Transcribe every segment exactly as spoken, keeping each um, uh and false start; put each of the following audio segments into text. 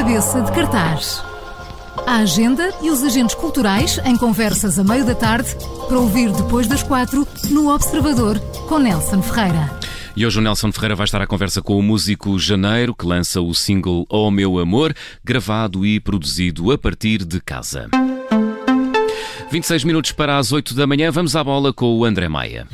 Cabeça de cartaz. A agenda e os agentes culturais em conversas a meio da tarde, para ouvir depois das quatro, no Observador, com Nelson Ferreira. E hoje o Nelson Ferreira vai estar à conversa com o músico Janeiro, que lança o single Oh Meu Amor, gravado e produzido a partir de casa. vinte e seis minutos para as oito da manhã, vamos à bola com o André Maia.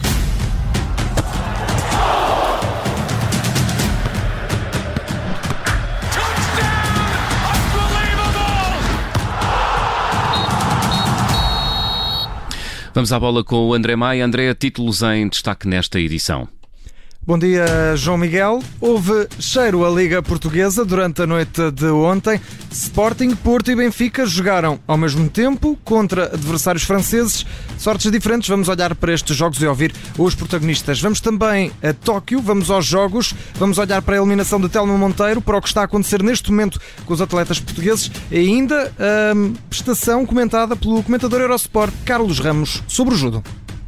Vamos à bola com o André Maia. André, títulos em destaque nesta edição. Bom dia, João Miguel. Houve cheiro à Liga Portuguesa durante a noite de ontem. Sporting, Porto e Benfica jogaram ao mesmo tempo contra adversários franceses. Sortes diferentes, vamos olhar para estes jogos e ouvir os protagonistas. Vamos também a Tóquio, vamos aos jogos, vamos olhar para a eliminação de Telmo Monteiro, para o que está a acontecer neste momento com os atletas portugueses e ainda a prestação comentada pelo comentador Eurosport, Carlos Ramos, sobre o judo.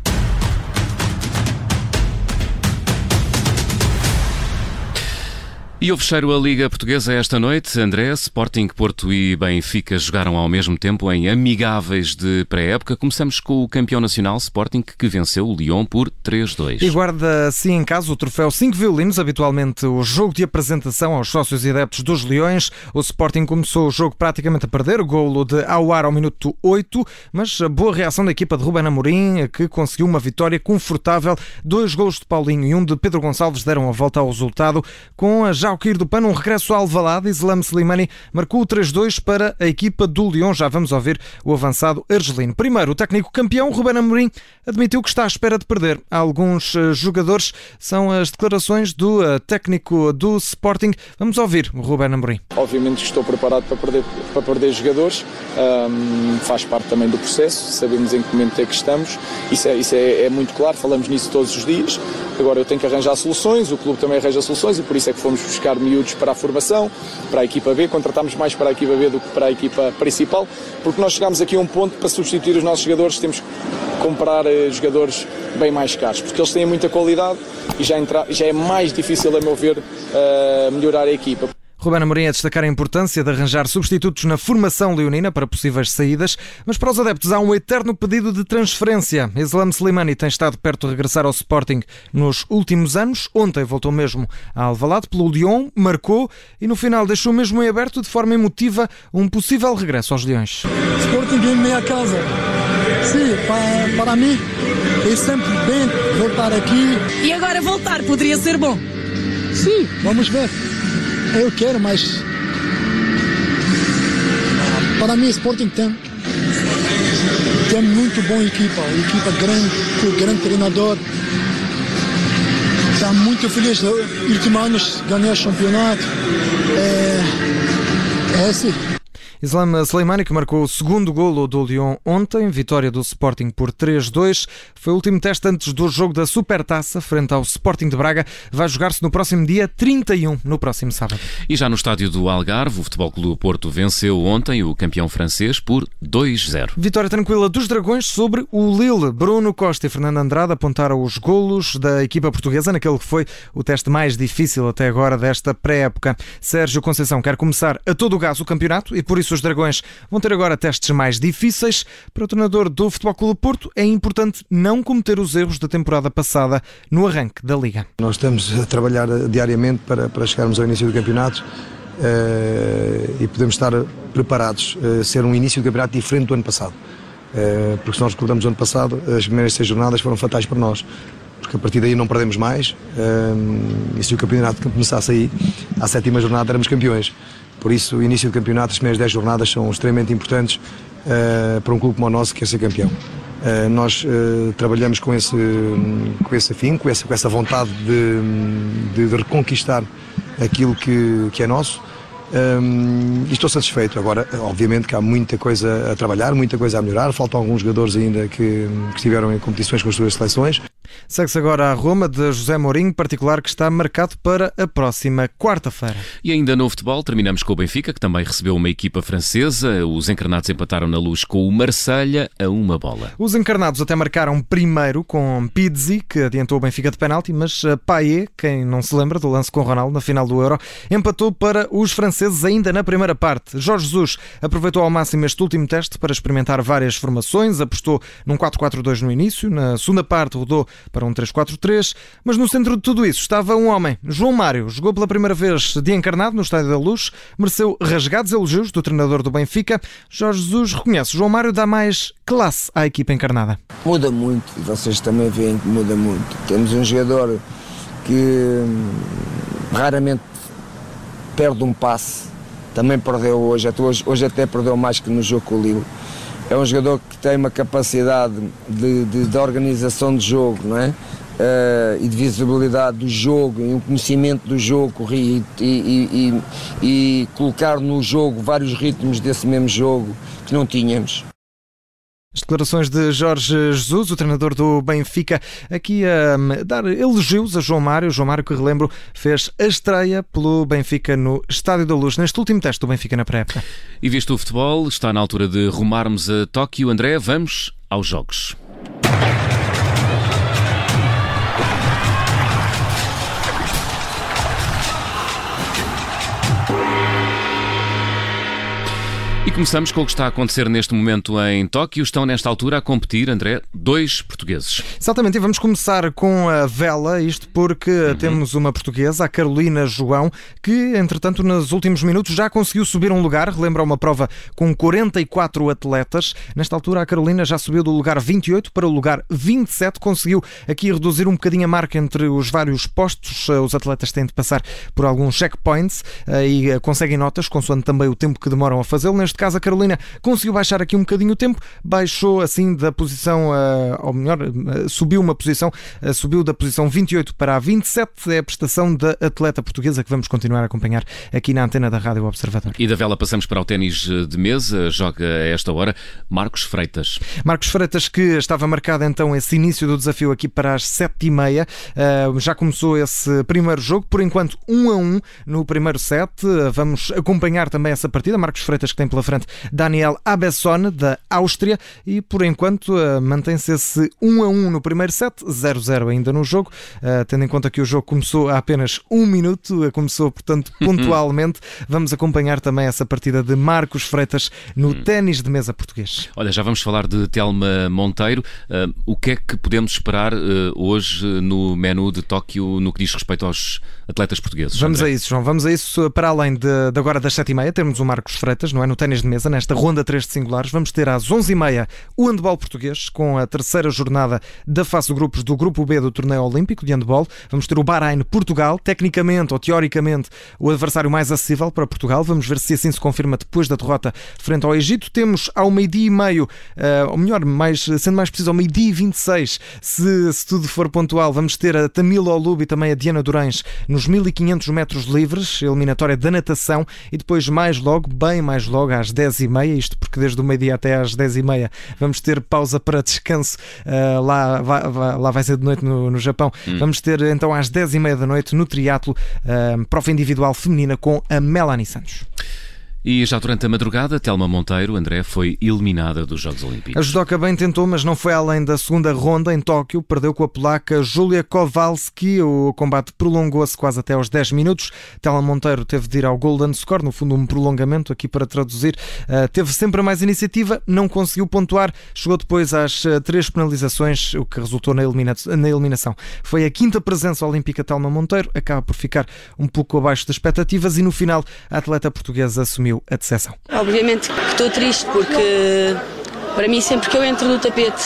E houve cheiro à Liga Portuguesa esta noite. André, Sporting, Porto e Benfica jogaram ao mesmo tempo em amigáveis de pré-época. Começamos com o campeão nacional Sporting, que venceu o Lyon por três a dois. E guarda assim em casa o troféu cinco violinos, habitualmente o jogo de apresentação aos sócios e adeptos dos Leões. O Sporting começou o jogo praticamente a perder, o golo de Aouar ao minuto oito, mas a boa reação da equipa de Ruben Amorim, que conseguiu uma vitória confortável. Dois golos de Paulinho e um de Pedro Gonçalves deram a volta ao resultado, com a já ao cair do pano, um regresso ao Alvalade. Islam Slimani marcou o três a dois para a equipa do Lyon. Já vamos ouvir o avançado argelino. Primeiro, o técnico campeão, Ruben Amorim, admitiu que está à espera de perder. Há alguns jogadores, são as declarações do técnico do Sporting. Vamos ouvir o Ruben Amorim. Obviamente que estou preparado para perder, para perder jogadores, um, faz parte também do processo, sabemos em que momento é que estamos, isso, é, isso é, é muito claro, falamos nisso todos os dias. Agora eu tenho que arranjar soluções, o clube também arranja soluções e por isso é que fomos buscar miúdos para a formação, para a equipa B, contratámos mais para a equipa B do que para a equipa principal, porque nós chegámos aqui a um ponto para substituir os nossos jogadores, temos que comprar eh, jogadores bem mais caros, porque eles têm muita qualidade e já, entra, já é mais difícil, a meu ver, uh, melhorar a equipa. Ruben Amorim a destacar a importância de arranjar substitutos na formação leonina para possíveis saídas, mas para os adeptos há um eterno pedido de transferência. Islam Slimani tem estado perto de regressar ao Sporting nos últimos anos. Ontem voltou mesmo a Alvalade pelo Lyon, marcou e no final deixou mesmo em aberto de forma emotiva um possível regresso aos Leões. Sporting é minha casa. Sim, para, para mim é sempre bem voltar aqui. E agora voltar poderia ser bom? Sim, vamos ver. Eu quero, mas para mim Sporting tem, tem muito boa equipa, equipa grande, com grande treinador. Estou muito feliz nos últimos anos ganhar campeonato. É, é assim. Islam Slimani, que marcou o segundo golo do Lyon ontem, vitória do Sporting por três a dois. Foi o último teste antes do jogo da Supertaça, frente ao Sporting de Braga. Vai jogar-se no próximo dia trinta e um, no próximo sábado. E já no estádio do Algarve, o Futebol Clube do Porto venceu ontem o campeão francês por dois a zero. Vitória tranquila dos Dragões sobre o Lille. Bruno Costa e Fernando Andrade apontaram os golos da equipa portuguesa naquele que foi o teste mais difícil até agora desta pré-época. Sérgio Conceição quer começar a todo o gás o campeonato e por isso os Dragões vão ter agora testes mais difíceis. Para o treinador do Futebol Clube do Porto é importante não cometer os erros da temporada passada no arranque da Liga. Nós estamos a trabalhar diariamente para, para chegarmos ao início do campeonato uh, e podemos estar preparados a ser um início do campeonato diferente do ano passado. Uh, porque se nós recordamos o ano passado, as primeiras seis jornadas foram fatais para nós. Porque a partir daí não perdemos mais uh, e se o campeonato começasse aí, à sétima jornada éramos campeões. Por isso, o início do campeonato, as primeiras dez jornadas são extremamente importantes uh, para um clube como o nosso que quer ser campeão. Uh, nós uh, trabalhamos com esse, com esse afim, com essa, com essa vontade de, de, de reconquistar aquilo que, que é nosso. Um, e estou satisfeito. Agora, obviamente que há muita coisa a trabalhar, muita coisa a melhorar. Faltam alguns jogadores ainda que, que estiveram em competições com as suas seleções. Segue-se agora a Roma de José Mourinho, particular que está marcado para a próxima quarta-feira. E ainda no futebol, terminamos com o Benfica, que também recebeu uma equipa francesa. Os encarnados empataram na Luz com o Marselha a uma bola. Os encarnados até marcaram primeiro com Pizzi, que adiantou o Benfica de penalti, mas Payet, quem não se lembra do lance com Ronaldo na final do Euro, empatou para os franceses ainda na primeira parte. Jorge Jesus aproveitou ao máximo este último teste para experimentar várias formações, apostou num quatro quatro dois no início, na segunda parte rodou para um três quatro três, mas no centro de tudo isso estava um homem, João Mário, jogou pela primeira vez de encarnado no Estádio da Luz, mereceu rasgados elogios do treinador do Benfica. Jorge Jesus reconhece, João Mário dá mais classe à equipa encarnada. Muda muito, e vocês também veem que muda muito. Temos um jogador que hum, raramente perde um passe, também perdeu hoje, até hoje, hoje até perdeu mais que no jogo com o Lille. É um jogador que tem uma capacidade de, de, de organização de jogo, não é? Uh, e de visibilidade do jogo, e um conhecimento do jogo e, e, e, e, e colocar no jogo vários ritmos desse mesmo jogo que não tínhamos. As declarações de Jorge Jesus, o treinador do Benfica, aqui a dar elogios a João Mário. João Mário, que relembro, fez a estreia pelo Benfica no Estádio da Luz, neste último teste do Benfica na pré-época. E visto o futebol, está na altura de rumarmos a Tóquio. André, vamos aos jogos. E começamos com o que está a acontecer neste momento em Tóquio. Estão nesta altura a competir, André, dois portugueses. Exatamente, e vamos começar com a vela, isto porque uhum. temos uma portuguesa, a Carolina João, que entretanto nos últimos minutos já conseguiu subir um lugar, relembra uma prova com quarenta e quatro atletas. Nesta altura a Carolina já subiu do lugar vinte e oito para o lugar vinte e sete, conseguiu aqui reduzir um bocadinho a marca entre os vários postos. Os atletas têm de passar por alguns checkpoints e conseguem notas, consoante também o tempo que demoram a fazê-lo. Neste caso a Carolina conseguiu baixar aqui um bocadinho o tempo, baixou assim da posição, ou melhor, subiu uma posição, subiu da posição vinte e oito para a vinte e sete, é a prestação da atleta portuguesa que vamos continuar a acompanhar aqui na antena da Rádio Observador. E da vela passamos para o ténis de mesa, joga a esta hora Marcos Freitas. Marcos Freitas, que estava marcado então esse início do desafio aqui para as sete e meia, já começou esse primeiro jogo, por enquanto um a um no primeiro set. Vamos acompanhar também essa partida. Marcos Freitas, que tem pela frente Daniel Abesson, da Áustria, e por enquanto uh, mantém-se esse um a um no primeiro set, zero a zero ainda no jogo, uh, tendo em conta que o jogo começou há apenas um minuto, uh, começou portanto pontualmente. Vamos acompanhar também essa partida de Marcos Freitas no ténis de mesa português. Olha, já vamos falar de Telma Monteiro. Uh, o que é que podemos esperar uh, hoje no menu de Tóquio no que diz respeito aos atletas portugueses? Vamos André? a isso, João, vamos a isso. Para além de, de agora das sete e meia, termos o Marcos Freitas, não é? No ténis de mesa, nesta ronda três de singulares. Vamos ter às onze e meia o handball português, com a terceira jornada da fase de grupos do grupo B do torneio olímpico de handball. Vamos ter o Bahrein-Portugal, tecnicamente ou teoricamente o adversário mais acessível para Portugal. Vamos ver se assim se confirma depois da derrota frente ao Egito. Temos ao meio-dia e meio, uh, ou melhor, mais, sendo mais preciso, ao meio-dia e vinte e seis, se, se tudo for pontual, vamos ter a Tamila Olub e também a Diana Durães nos mil e quinhentos metros livres, eliminatória da natação, e depois mais logo, bem mais logo, às dez e meia, isto porque desde o meio-dia até às dez e meia vamos ter pausa para descanso, uh, lá, vai, vai, lá vai ser de noite no, no Japão. Hum. Vamos ter então às dez e meia da noite no triatlo, uh, prova individual feminina com a Melanie Santos. E já durante a madrugada, Telma Monteiro, André, foi eliminada dos Jogos Olímpicos. A judoca bem tentou, mas não foi além da segunda ronda em Tóquio. Perdeu com a polaca Julia Kowalski. O combate prolongou-se quase até aos dez minutos. Telma Monteiro teve de ir ao Golden Score, no fundo um prolongamento, aqui para traduzir. Uh, teve sempre mais iniciativa, não conseguiu pontuar. Chegou depois às uh, três penalizações, o que resultou na, elimina- na eliminação. Foi a quinta presença olímpica Telma Monteiro. Acaba por ficar um pouco abaixo das expectativas e no final a atleta portuguesa assumiu a decepção. Obviamente que estou triste porque para mim sempre que eu entro no tapete,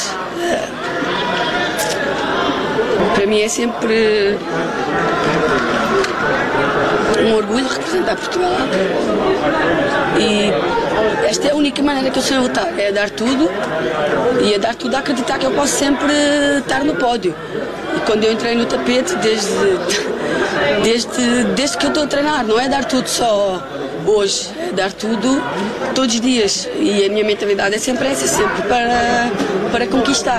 para mim é sempre um orgulho representar Portugal e esta é a única maneira que eu sei lutar, é dar tudo e a dar tudo a acreditar que eu posso sempre estar no pódio. E quando eu entrei no tapete, desde, desde, desde que eu estou a treinar, não é dar tudo só hoje, é dar tudo todos os dias. E a minha mentalidade é sempre essa, sempre para, para conquistar.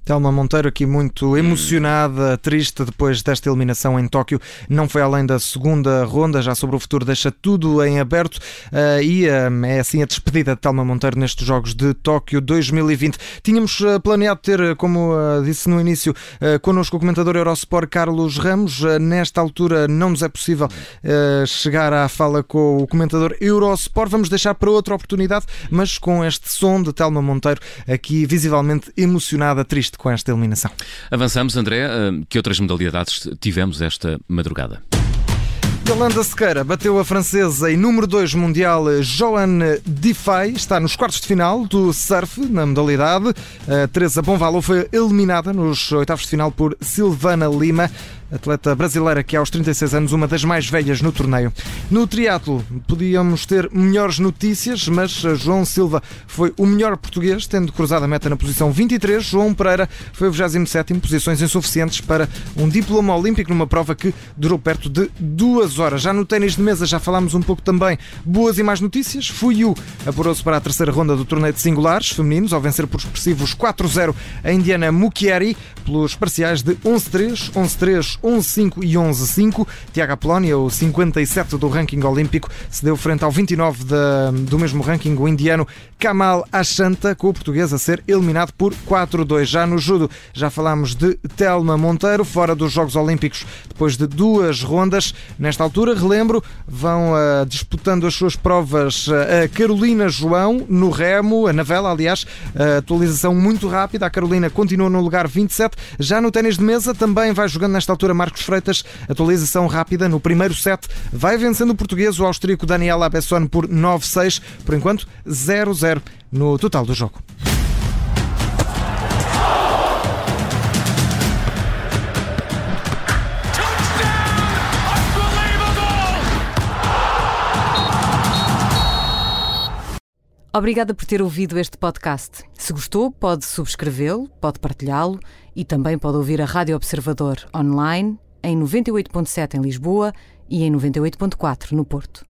Telma Monteiro aqui muito emocionada, triste depois desta eliminação em Tóquio. Não foi além da segunda ronda, já sobre o futuro deixa tudo em aberto uh, e uh, é assim a despedida de Telma Monteiro nestes Jogos de Tóquio dois mil e vinte. Tínhamos uh, planeado ter, como uh, disse no início, uh, connosco o comentador Eurosport Carlos Ramos. Uh, nesta altura não nos é possível uh, chegar à fala com o comentador Eurosport. Vamos deixar para outra oportunidade, mas com este som de Telma Monteiro aqui visivelmente emocionada, triste com esta eliminação. Avançamos, André. Que outras modalidades tivemos esta madrugada? Yolanda Sequeira bateu a francesa e número dois mundial Johanne Defay, está nos quartos de final do surf na modalidade. A Teresa Bonvalot foi eliminada nos oitavos de final por Silvana Lima, atleta brasileira que aos trinta e seis anos, uma das mais velhas no torneio. No triatlo podíamos ter melhores notícias, mas João Silva foi o melhor português, tendo cruzado a meta na posição vinte e três. João Pereira foi o vigésimo sétimo, posições insuficientes para um diploma olímpico numa prova que durou perto de duas horas. Já no ténis de mesa já falámos um pouco também. Boas e más notícias. Fuyu apurou-se para a terceira ronda do torneio de singulares femininos ao vencer por expressivos quatro a zero a indiana Mukieri pelos parciais de onze a três, onze a três, onze a cinco e onze a cinco. Tiago Apolónia, o cinquenta e sete do ranking olímpico, se deu frente ao vinte e nove da, do mesmo ranking, o indiano Kamal Ashanta, com o português a ser eliminado por quatro a dois. Já no judo, já falámos de Telma Monteiro, fora dos Jogos Olímpicos depois de duas rondas. Nesta altura, relembro, vão uh, disputando as suas provas uh, a Carolina João no remo, a navela, aliás, uh, atualização muito rápida. A Carolina continua no lugar vinte e sete. Já no ténis de mesa, também vai jogando nesta altura Marcos Freitas, atualização rápida no primeiro set. Vai vencendo o português, o austríaco Daniel Abesson, por nove a seis. Por enquanto, zero a zero no total do jogo. Obrigada por ter ouvido este podcast. Se gostou, pode subscrevê-lo, pode partilhá-lo e também pode ouvir a Rádio Observador online em noventa e oito ponto sete em Lisboa e em noventa e oito ponto quatro no Porto.